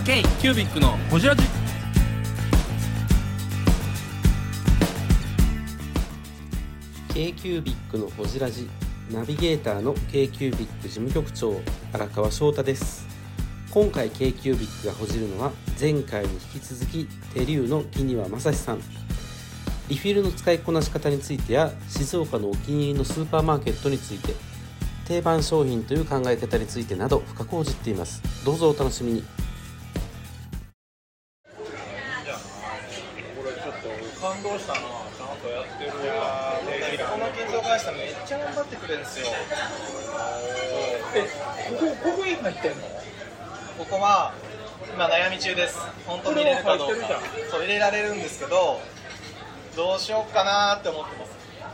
K キュービックのホジラジ。 k キュービックのホジラジナビゲーターの k キュービック事務局長荒川翔太です。今回 k キュービックがほじるのは前回に引き続きテリューの木庭正史さん。リフィルの使いこなし方についてや静岡のお気に入りのスーパーマーケットについて、定番商品という考え方についてなど深く報じっています。どうぞお楽しみに。 これちょっと感動したな。ちゃんとやってる。 この金属会社めっちゃ頑張ってくれるんですよ。 ここに入ってんの？ ここは今悩み中です。本当に入れるかどうか。そう入れられるんですけど、どうしようかなって思ってます。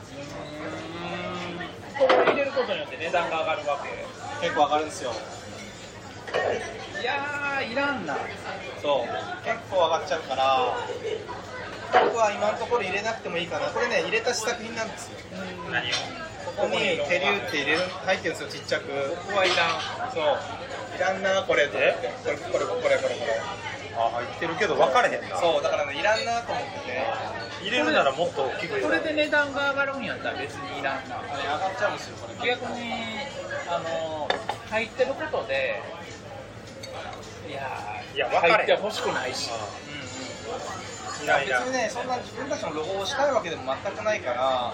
ここ入れることによって値段が上がるわけ？ 結構上がるんですよ。 いやー、いらんな。 そう結構上がっちゃうから、僕は今のところ入れなくてもいいかな。これね、入れた試作品なんですよ。 何を？ ここに手竜って入ってるんですよ、ちっちゃく。 僕はいらん。 そういらんなこれと思って。これあ、入ってるけど分かれへんな。 そうだからね、いらんなと思ってね。 入れるならもっと大きく入れる。 これで値段が上がるんやったら別にいらんな。 上がっちゃうんですよこれ。 逆に入ってることで、いや入ってほしくないし。 別にね、そんな自分たちのロゴをしたいわけでも全くないから、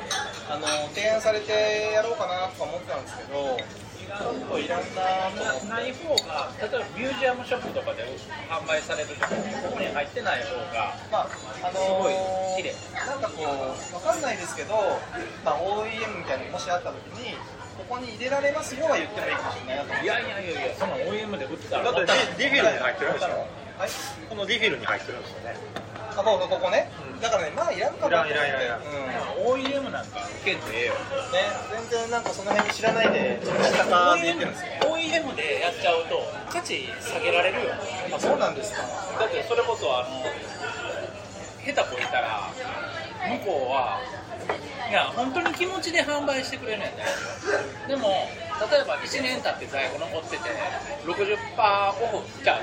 提案されてやろうかなとか思ってたんですけど、ちょっといらんなと思って。 ない方が、例えばミュージアムショップとかで販売されるときにここに入ってない方がすごい綺麗。 なんかこうわかんないですけど、OEM みたいなのがもしあったときに、ここに入れられますよは言ってもいいかもしれないなと思って。 いや、その OEM で売ったらだってリフィルに入ってるでしょ。 はい、 このリフィルに入ってるんですよね。 ここね、だからね、まあいらんかなと思って。 OEM なんか受けんでええよね、全然なんかその辺知らないで、ちょっとしたかで言ってるんですよ。 OEM でやっちゃうと価値下げられるよ。 あ、そうなんですか。 だってそれこそ下手こいたら向こうはいや本当に気持ちで販売してくれるんやったらでも、例えば1年経って在庫残ってて 60% オフじゃあ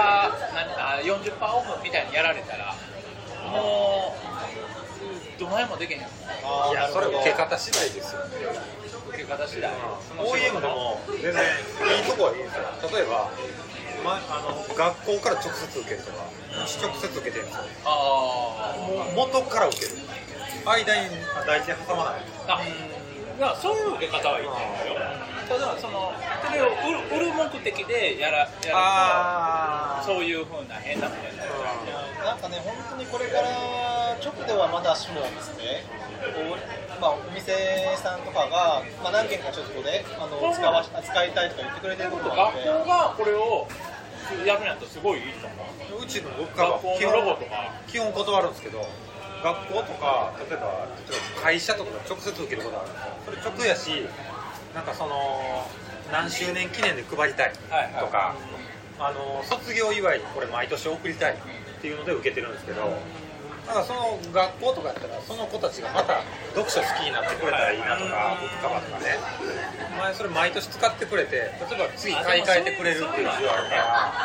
40% オフみたいにやられたらもうどないもできへん。いや、それ受け方次第ですよ。 受け方次第。 OEM でも全然いいとこはいいんですよ。例えば、学校から直接受けるとか、直接受けてるんですよ。もう元から受ける。間に大事に挟まない。 いや、そういう受け方はいいんだよ。ただそれを売る目的でやるとそういう風な変なことになる。 なんかね、本当にこれから直ではまだしもですね、お店さんとかが、何件かちょっとで使いたいとか言ってくれてることなので、 学校がこれをやるんやったらすごいいいと思う。 うちの学科は基本断るんですけど、学校とか例えば会社とか直接受けることがあるんですよ。それ直やし、なんか何周年記念で配りたいとか、卒業祝いにこれ毎年送りたいっていうので受けてるんですけど、なんかその学校とかやったらその子たちがまた読書好きになってくれたらいいなとか、ブックカバーとかね、それ毎年使ってくれて、例えば次買い替えてくれるっていう需要あるから、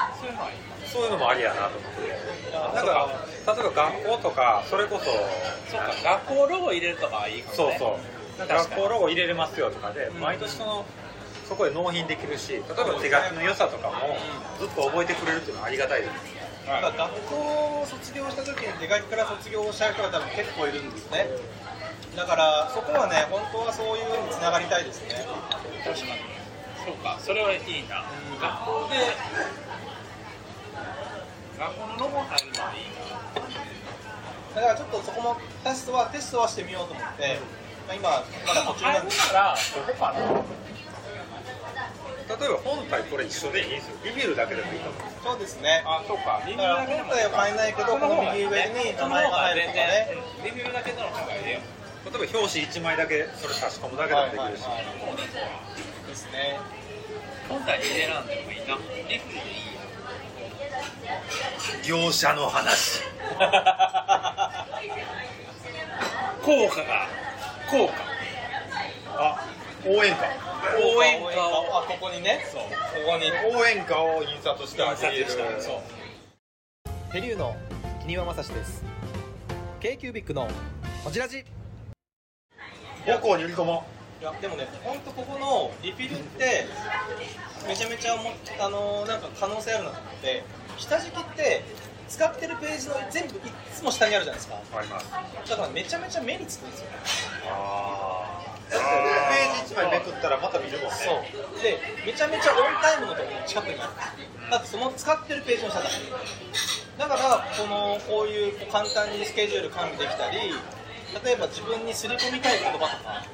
そういうのもありやなと思って。なんか例えば学校とか、それこそそうか、学校ロゴ入れるとかはいいかもね。 そう学校ロゴ入れれますよとかで、毎年そこで納品できるし、例えば手書きの良さとかもずっと覚えてくれるっていうのはありがたいです。 学校を卒業した時に手書きから卒業したい人が多分結構いるんですね。だからそこはね、本当はそういう風につながりたいですね。 確かに。そうか、それはいいな。学校のロゴ入るのはいいな。 だからちょっとそこもテストはしてみようと思って、今まだ途中なんです。 入るならどこかな。 例えば本体これ一緒でいいんですよ。リフィルだけでもいいと思う。 そうですね。 あ、そうか。 だから本体は変えないけど、この右上に名前が入るとかね。 リフィルだけの方がいいよ。 例えば表紙1枚だけそれ差し込むだけでもできるし。 ですね。 本体に入れらんでもいいな。リフィルでいいよ。 業者の話。 効果。 応援歌。 ここにね。そう。ここに応援歌を印刷してあげる。 そう。 テリューの木庭正史です。 k キュービックのこじらじ。 母校に売り込もいやでもね、本当ここのリフィルってめちゃめちゃなんか可能性あるなと思って、下敷きって使ってるページの全部いつも下にあるじゃないですか。 あります。 だからめちゃめちゃ目につくんですよ。 だってページ1枚めくったらまた見るもんね。 そうで、めちゃめちゃオンタイムのところの近くにある。だってその使ってるページの下だだからこういう簡単にスケジュール管理できたり、例えば自分に刷り込みたい言葉とか、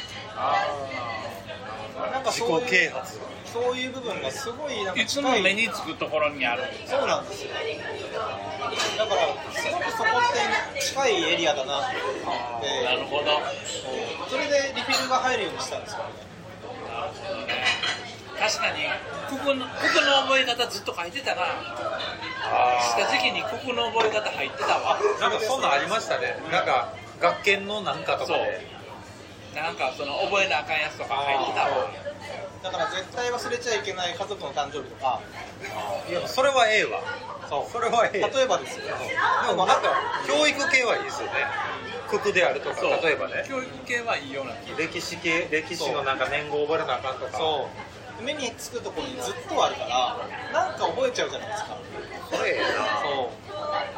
なんかそういう自己啓発、 そういう部分がすごいなんかいつも目につくところにある。 そうなんですよ。だからすごくそこって近いエリアだなって思って、 なるほど。 それでリフィルが入るようにしたんですからね。 なるほどね。確かにここの覚え方ずっと書いてたな。下敷きにここの覚え方入ってたわ。 なんかそんなんありましたね。なんか学研のなんかとかで、 なんかその覚えなあかんやつとか入ってたわ。 だから絶対忘れちゃいけない家族の誕生日とか。 いやそれはええわ。 そう、 それはええ。 例えばですよ。 でもなんか教育系はいいですよね。九九であるとか、例えばね。 教育系はいいような気が。 歴史のなんか年号覚えなあかんとか。 そう。目につくところにずっとあるから、なんか覚えちゃうじゃないですか。 それええな。 そう。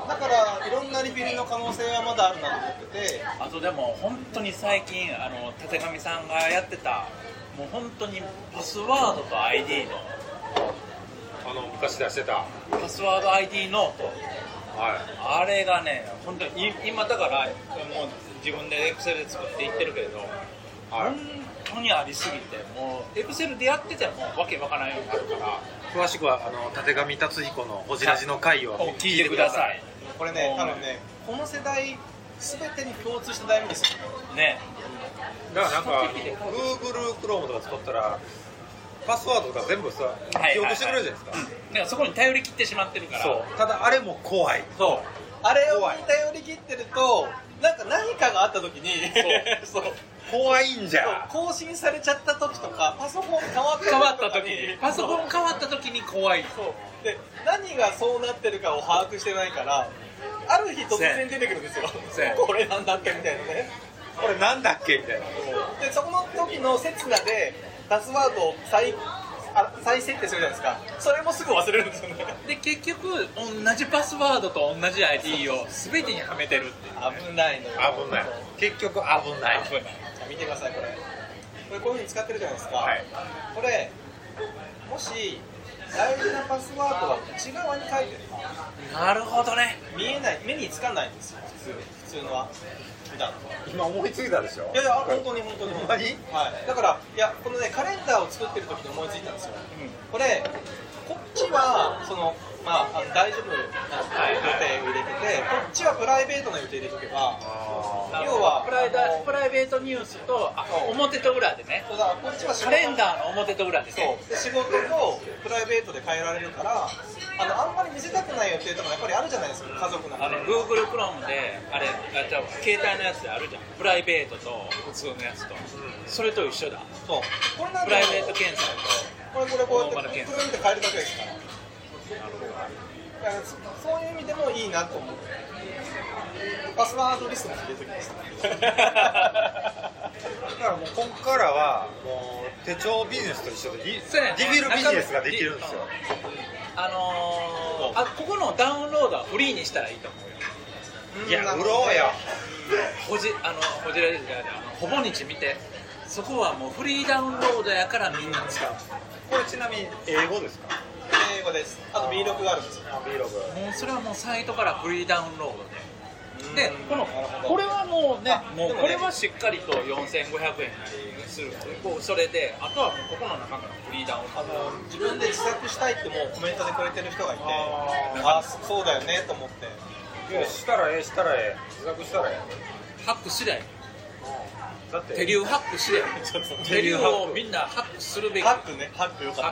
だからいろんなリフィルの可能性はまだあるなと思ってて。 あとでも本当に最近たてがみさんがやってた、もう本当にパスワードと ID の昔出してたパスワード ID ノート、 はい、 あれがね本当に今だからもう自分で Excel で作っていってるけれど、はい、本当にありすぎてもう Excel でやっててもわけわからないようになるから、 詳しくはたてがみ達彦のほじらじの回を聞いてください。 これね、多分ね、この世代全てに共通した悩みですよね。 だからなんかGoogle Chrome とか使ったらパスワードとか全部さ記憶してくれるじゃないですか。 だからそこに頼り切ってしまってるから。 そう。ただあれも怖い。 そう。 あれを頼り切ってると、なんか何かがあった時にそう怖いんじゃ。 更新されちゃった時とか、パソコン変わった時に、 パソコン変わった時に怖い。 そうで、何がそうなってるかを把握してないから、ある日突然出てくるんですよ。これなんだっけみたいなね。 これなんだっけみたいな。 でそこの時の刹那でパスワードを再設定するじゃないですか。それもすぐ忘れるんですよね。 で結局同じパスワードと同じ ID を全てにはめてるっていう、 危ないのよ。 危ない。結局危ない。 見てくださいこれこういう風に使ってるじゃないですか、はい、これもし大事なパスワードは内側に書いてる。 なるほどね。 見えない、目につかないんですよ普通のは。 今思いついたでしょ。 いや本当にほんまに、 はい、だからいやこのねカレンダーを作ってる時に思いついたんですよ、これこっちは大丈夫な予定を入れてて、こっちはプライベートな予定入れとけば、要はプライベートニュースと表と裏でね。 そうだ、こっちはカレンダーの表と裏でね。 で仕事とプライベートで変えられるから、あんまり見せたくない予定とかやっぱりあるじゃないですか、家族なんで。 Google Chrome で携帯のやつであるじゃん。プライベートと普通のやつと、それと一緒だ。 そう。これなんプライベート検索とこうやってプルンって変えるだけですから。そういう意味でもいいなと思う。パスワードリストも入れときました。 だからもうここからはもう手帳ビジネスと一緒でリフィルビジネスができるんですよ。 ここのダウンロードはフリーにしたらいいと思うよ。 いや売ろうよ。 ほじられてほぼ日見て、そこはもうフリーダウンロードやからみんな使う。 これちなみに英語ですか？ 英語です。あと B6 があるんですよ。 B6。 もうそれはもうサイトからフリーダウンロードで。で、これはもうね、もうこれはしっかりと4500円する。それで、あとはもうここの中からフリーダウンロード。 自分で自作したいってもうコメントでくれてる人がいて、そうだよねと思って。 したらええ、自作したらええ。ハック次第。 だって手流ハック次第。手流をみんなハックするべき。 ハックね、ハックよかった。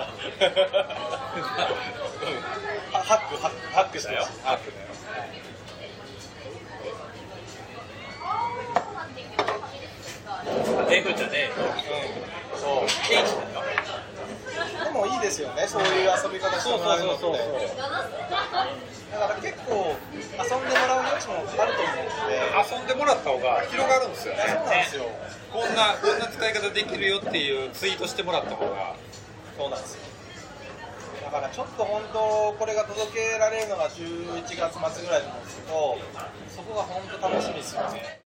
ハックしたよ。ハックね。 英語じゃねえよ。 そう。でもいいですよね、そういう遊び方してもらえるのって。だから結構遊んでもらう余地もあると思うので、 遊んでもらった方が広がるんですよね。 そうなんですよ。 こんな使い方できるよっていうツイートしてもらった方が。 そうなんですよ。だからちょっと本当これが届けられるのが11月末ぐらいだと思うんですけど、そこが本当楽しみですよね。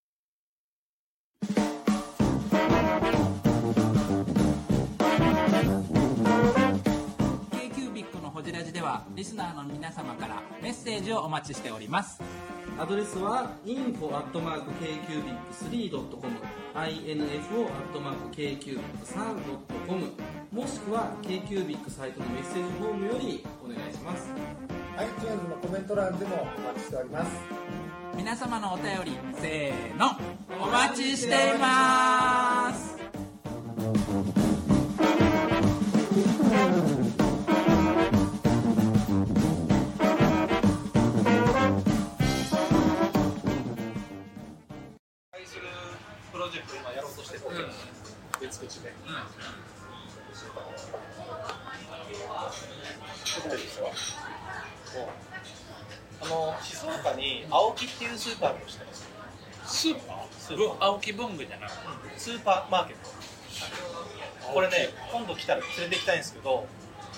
ホジラジではリスナーの皆様からメッセージをお待ちしております。 アドレスは info@kcubic3.com info@kcubic3.com もしくは KQBIC サイトのメッセージフォームよりお願いします。 iTunes のコメント欄でもお待ちしております。 皆様のお便りせーのお待ちしています。 プロジェクト今やろうとしてて、別口で。静岡に青木っていうスーパーをしてます。 スーパー？青木文具じゃなくて、 スーパーマーケット。これね、今度来たら連れて行きたいんですけど、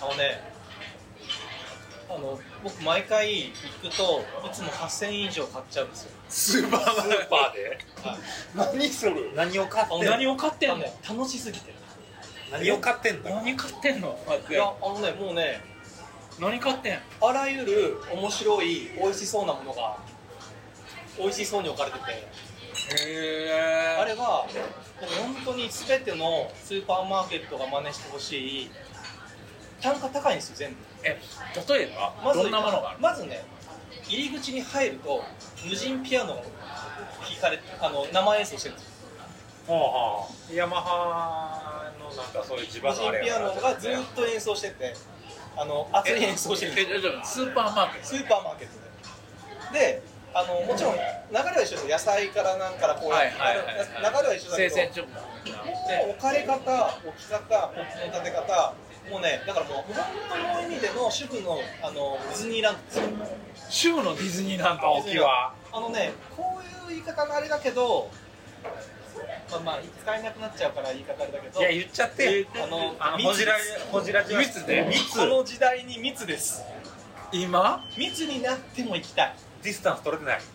僕毎回行くといつも8000円以上買っちゃうんですよ。 スーパーで？ はい、 何それ？何を買ってんの？ 何を買ってんの？ 楽しすぎて。 何を買ってんの？ 何買ってんの？ いやもうね、 何買ってん？ あらゆる面白い美味しそうなものが美味しそうに置かれてて、あれは本当に全てのスーパーマーケットが真似してほしい。単価高いんですよ全部。 例えばどんなものがある？ まずね、入り口に入ると無人ピアノが弾かれ生演奏してるんですよ。 ヤマハのなんかそういう地場のあれ無人ピアノがずっと演奏してて、熱い演奏してるんですよ。 スーパーマーケット？スーパーマーケットで。もちろん流れは一緒です。野菜からなんからこうやって、流れは一緒だけど、置かれ方、置き方、ポップの立て方、もうね、だからもう本当の意味での主婦のディズニーランドですよ。 主婦のディズニーランド。 青木はこういう言い方のあれだけど、まあ使えなくなっちゃうから言い方あれだけど、 いや言っちゃってよ。ホジラジ密で、 この時代に密です。 今密になっても行きたい。 ディスタンス取れてない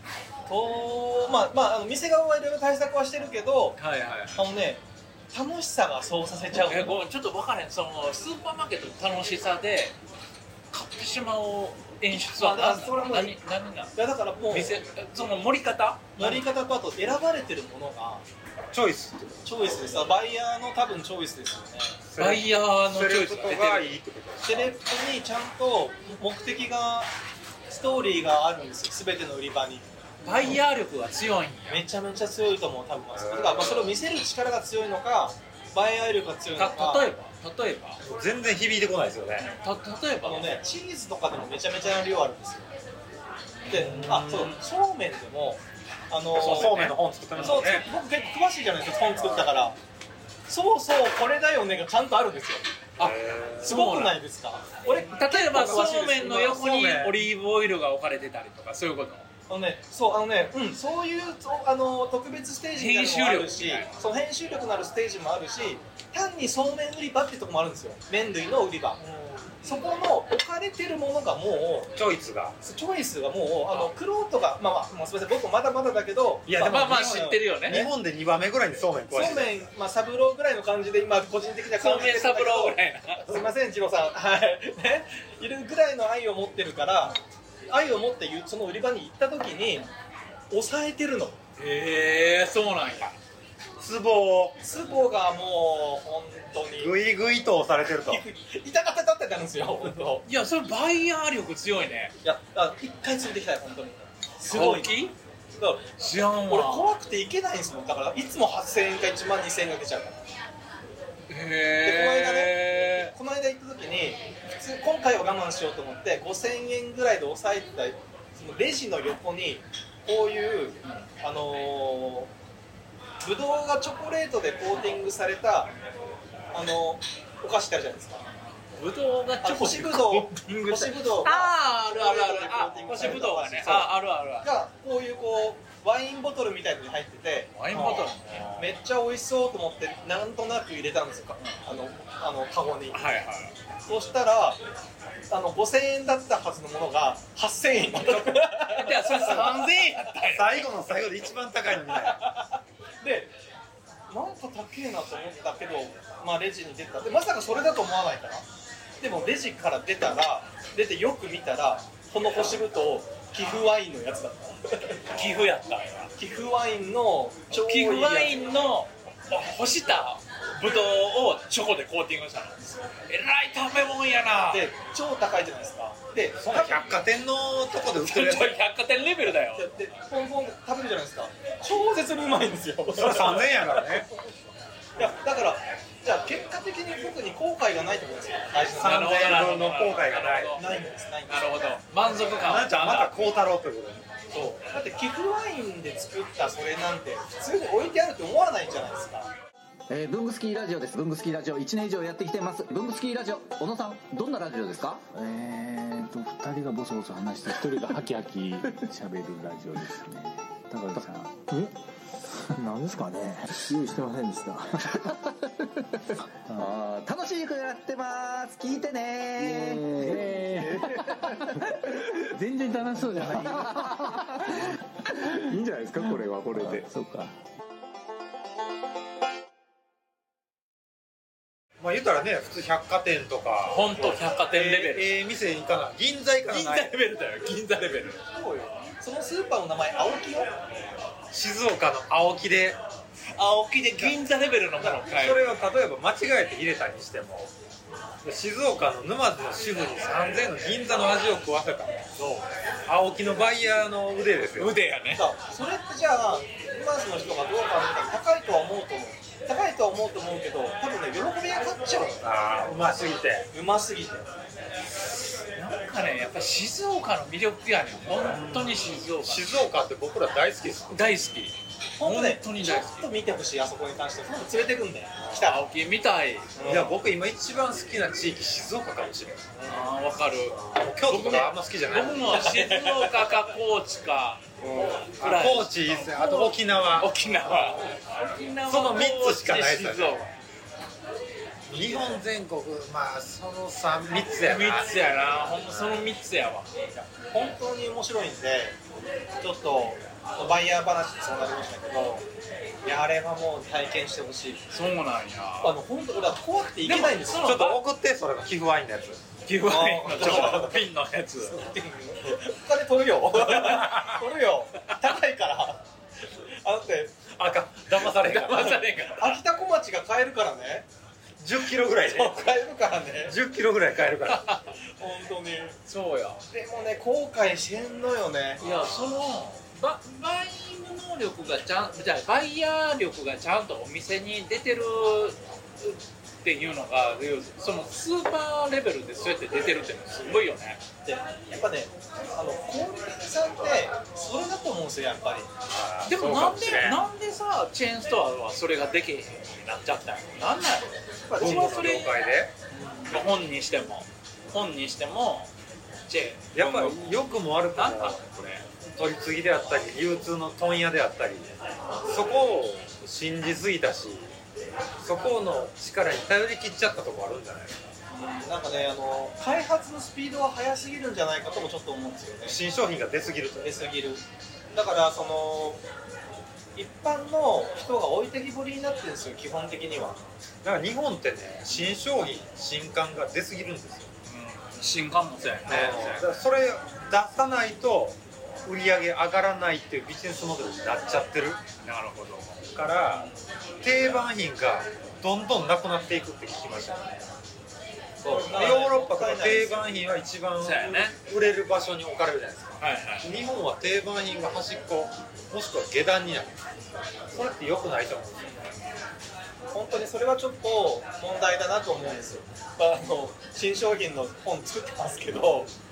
店側はいろいろ対策はしてるけど、ね、楽しさがそうさせちゃう。 ちょっと分からへん。そのスーパーマーケットの楽しさで買ってしまう演出は何なの？いやだからもうその盛り方とあと選ばれてるものがチョイスです。 バイヤーの多分チョイスですよね。 バイヤーのチョイスがいいってこと。 セレクトにちゃんと目的がストーリーがあるんですよ。全ての売り場にバイヤー力が強いんや。 めちゃめちゃ強いと思う。多分だからそれを見せる力が強いのか、バイヤー力が強いのか。 例えば全然響いてこないですよね。 例えばチーズとかでもめちゃめちゃな量あるんですよ。で、そうめんでもそうめんの本作ってますよね。 僕結構詳しいじゃないですか、本作ったから。これだよねがちゃんとあるんですよ。すごくないですか？ 例えばそうめんの横にオリーブオイルが置かれてたりとか、そういうこと。 そういう特別ステージみたいなのもあるし、編集力のあるステージもあるし、単にそうめん売り場ってとこもあるんですよ。麺類の売り場。そこの置かれてるものがもうチョイスがもうクロートがすみません、僕まだまだだけど、 いやでも知ってるよね。 日本で2番目ぐらいにそうめん食わしてる。 サブローぐらいの感じで今個人的なそうめんサブローぐらいな。 すみません、次郎さん、ね、いるぐらいの愛を持ってるから、愛を持ってその売り場に行った時に抑えてるの。 そうなんや。 ツボがもう本当にグイグイと押されてると痛かったってなるんですよ。 いや、それバイヤー力強いね。 いや、一回連れてきたい。本当にすごい。 知らんわ。 俺怖くて行けないんですもん。だからいつも8000円か1万2000円が出ちゃうから。でこの間行った時に今回は我慢しようと思って5000円ぐらいで抑えてたそのレジの横にこういうぶどうがチョコレートでコーティングされたお菓子ってあるじゃないですか。 ぶどうがチョコ干しぶどうコーティングした干しぶどうがある干しぶどうがねあるがこういうワインボトルみたいのに入ってて、 ワインボトルめっちゃ美味しそうと思ってなんとなく入れたんですよ、カゴに。 はいはい。 そしたら5000円だったはずのものが8000円になった。 じゃあそれ3000円やったんや。 最後の最後で一番高いのにね。 でなんか高えなと思ったけど、まあ、レジに出たでまさかそれだと思わないから。でもレジから出てよく見たらこの干しぶどう寄付ワインのやつだった。 寄付やったんや。 寄付ワインの超寄付ワインンの干したぶどうをチョコでコーティングしたの。えらい食べ物やな。 で超高いじゃないですか。でそんな百貨店のとこで売ってるやつ。 百貨店レベルだよ。 でポンポン食べるじゃないですか。超絶にうまいんですよ。 それ3000円やからね。 いやだからじゃあ結果的に僕に後悔がないってことですよ。大事な 3000円分の後悔がない。 ないんですないんです。 なるほど。満足感。 なんちゃんまた孝太郎ってことね。 そうだって寄付ワインで作ったそれなんて普通に置いてあるって思わないじゃないですか。 ブングスキーラジオです。ブングスキーラジオ1年以上やってきてます。ブングスキーラジオ、小野さんどんなラジオですか 2人がボソボソ話して1人がハキハキ喋るラジオですね。高木さん何ですかね、用意してませんでした楽しくやってます、聞いてね全然楽しそうじゃないいいんじゃないですか、これはこれで。そうか。 まあ言ったらね、普通百貨店とか本当百貨店レベル。 店に行かない、銀座行かない。 銀座レベルだよ。銀座レベル。 そうよ。そのスーパーの名前青木よ。 静岡の青木で、 青木で銀座レベルのものを買える。 それを例えば間違えて入れたにしても、静岡の沼津の主婦に3000円の銀座の味を食わせた。そう青木のバイヤーの腕ですよ。 腕やね。 それってじゃあ沼津の人がどうか高いとは思うと思う。高いとは思うと思うけど、多分ね喜びが勝っちゃう。 ああ、うますぎて。 うますぎて。 なんかね、やっぱ静岡の魅力やねん。本当に静岡。 静岡って僕ら大好きです。 大好き。 本当ね、 本当にちょ大好きっと見てほしい、あそこに関しては。今度連れてくんだよ。来たら。 青木みたい。 いや、僕今一番好きな地域静岡かもしれない。 ああ、わかる。 京都とかあんま好きじゃない。 僕も静岡か高知か。 高知いいっすね。あと沖縄。 沖縄。 その3つしかないですよ静岡。 日本全国、まあその3つやな。 3つやな。ほんまその3つやわ。 本当に面白いんで、ちょっとバイヤー話にそうなりましたけど、いやあれはもう体験してほしい。 そうなんや。 本当俺は怖くていけないんですよ。 ちょっと送って、それの寄付ワインのやつ。 寄付ワインのちょっとピンのやつ。 お金取るよ。取るよ。高いから。だって騙されへんから。 騙されんから。 秋田小町が買えるからね。 10キロぐらいで。 買えるからね。 10キロぐらい買えるから。 本当に。 そうや。 でもね、後悔してんのよね。 いや、そのバイイング能力がじゃあバイヤー力がちゃんとお店に出てるっていうのが、そのスーパーレベルでそうやって出てるっていうのはすごいよね。 でやっぱね、コンビニさんってそれだと思うんですよ、やっぱり。 でもなんでさ、チェーンストアはそれができへんようになっちゃったんやろ。なんなんやろ。 文庫の業界で。 本にしてもやっぱ良くも悪くもなんかこれ取り次ぎであったり流通の問屋であったり、そこを信じすぎたし、そこの力に頼り切っちゃったところあるんじゃないですか。 なんかね、開発のスピードは速すぎるんじゃないかともちょっと思うんですよね。 新商品が出すぎると。 出すぎる。だから一般の人が置いてきぼりになってるんですよ、基本的には。 だから日本ってね、新商品新刊が出すぎるんですよ。 新刊もそうやね。 だからそれ出さないと売り上げ上がらないっていうビジネスモデルになっちゃってる。 なるほど。 から定番品がどんどんなくなっていくって聞きましたね。ヨーロッパから定番品は一番売れる場所に置かれるじゃないですか。 はいはい。 日本は定番品が端っこもしくは下段になる。それって良くないと思うんですよ。 本当にそれはちょっと問題だなと思うんですよ。新商品の本作ってますけど、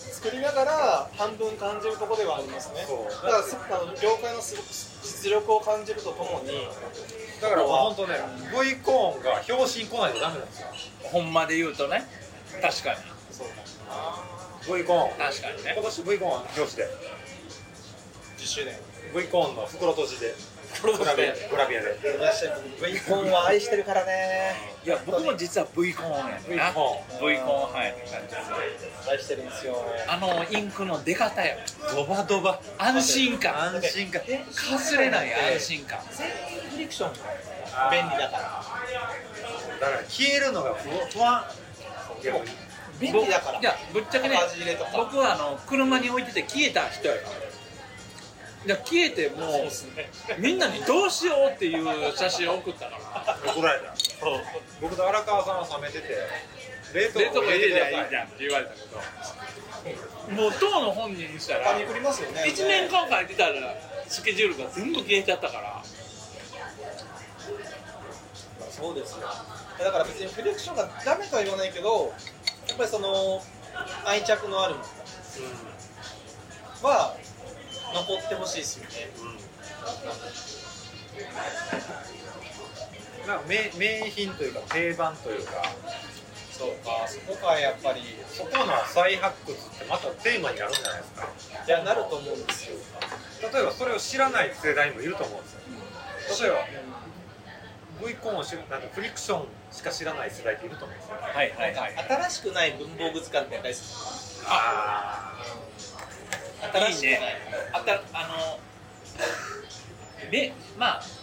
作りながら半分感じるところではありますね。だから業界の実力を感じるとともに、 だから本当ね V コーンが表紙に来ないとダメなんですよ。 ほんまで言うとね、確かにそう V コーン確かにね。 今年 V コーン表紙で 10周年 V コーンの袋閉じでグラビアで V コーンは愛してるからね。 いや僕も実は V コーンやねんな。 V コーン V コーンはいって感じ。 愛してるんですよ。 インクの出方よ。 ドバドバ安心感、 安心感かすれない安心感。 全員フリクション便利だから。 だから消えるのが不安。 便利だから。 いやぶっちゃけね、 味入れとか僕は車に置いてて消えた人やから。いや消えてもうみんなにどうしようっていう写真を送ったから怒られた。僕と荒川さんは冷めてて冷冷凍庫入れりゃいいじゃゃんって言われたけど、もう当の本人にしたらパニクりますよね。 1年間書いてたらスケジュールが全部消えちゃったから。 そうですよ。だから別にフリクションがダメとは言わないけど、やっぱりその愛着のあるものは残ってほしいですよね。 なんか名品というか定番というか、 そうか、そこかやっぱり。 そこの再発掘ってまたテーマになるんじゃないですか。 いや、なると思うんですよ。 例えばそれを知らない世代もいると思うんですよ。例えば V コーンを知るなんかフリクションしか知らない世代っていると思うんですよ。 はいはいはい。 新しくない文房具図鑑って大好き。 いいね。まあ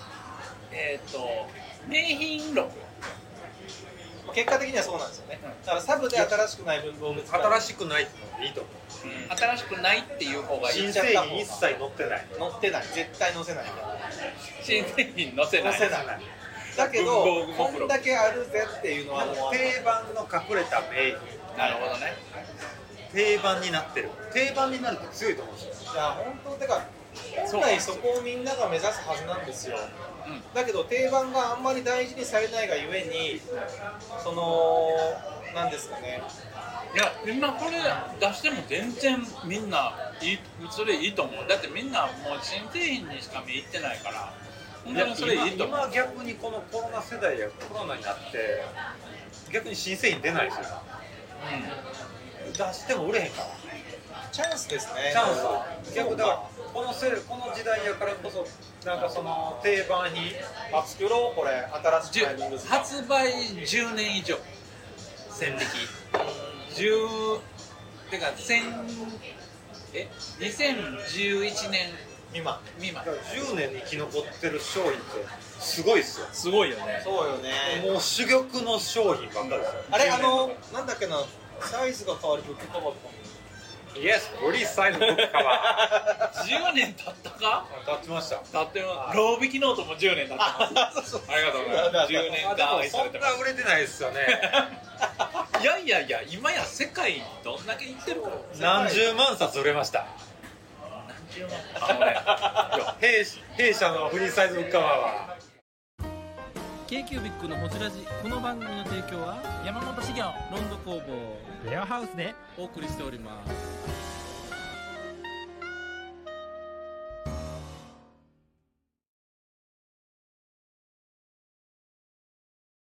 名品録。 結果的にはそうなんですよね。だからサブで新しくない文房具図鑑。 新しくないってのでいいと思う。 新しくないっていう方がいい。 新製品一切載ってない。 載ってない。絶対載せない。 新製品載せない。 載せない。だけどこんだけあるぜっていうのはもう定番の隠れた名品。 なるほどね。 定番になってる。定番になると強いと思うんですよ。 いや本当てか本来そこをみんなが目指すはずなんですよ。だけど定番があんまり大事にされないがゆえに、そのなんですかね。 いや今これ出しても全然みんないい、それいいと思う。だってみんなもう新製品にしか見入ってないから。本当にそれいいと思う。 今逆にこのコロナ世代やコロナになって逆に新製品出ないですよ。出しても売れへんから。 チャンスですね。 チャンス。逆だからこの時代やからこそなんかその定番品作ろうこれ新しいタイミング発売10年以上戦歴2011年未満 10年に生き残ってる商品ってすごいっすよ。 すごいよね。 そうよね。 もう珠玉の商品ばっかりですよ。 あれなんだっけな、サイズが変わるブックカバーとかも。 イエス、フリーサイズブックカバー10年経ったか。 経ってました。 経ってます。ロー引きノートも10年経ってます。ありがとうございます。10年間愛されてます。 そんな売れてないですよね。 いや今や世界にどんだけ行ってるか。 何十万冊売れました。弊社のフリーサイズブックカバーは K-Cubic のホジラジ。この番組の提供は山本資源ロンド工房レアハウスでお送りしております。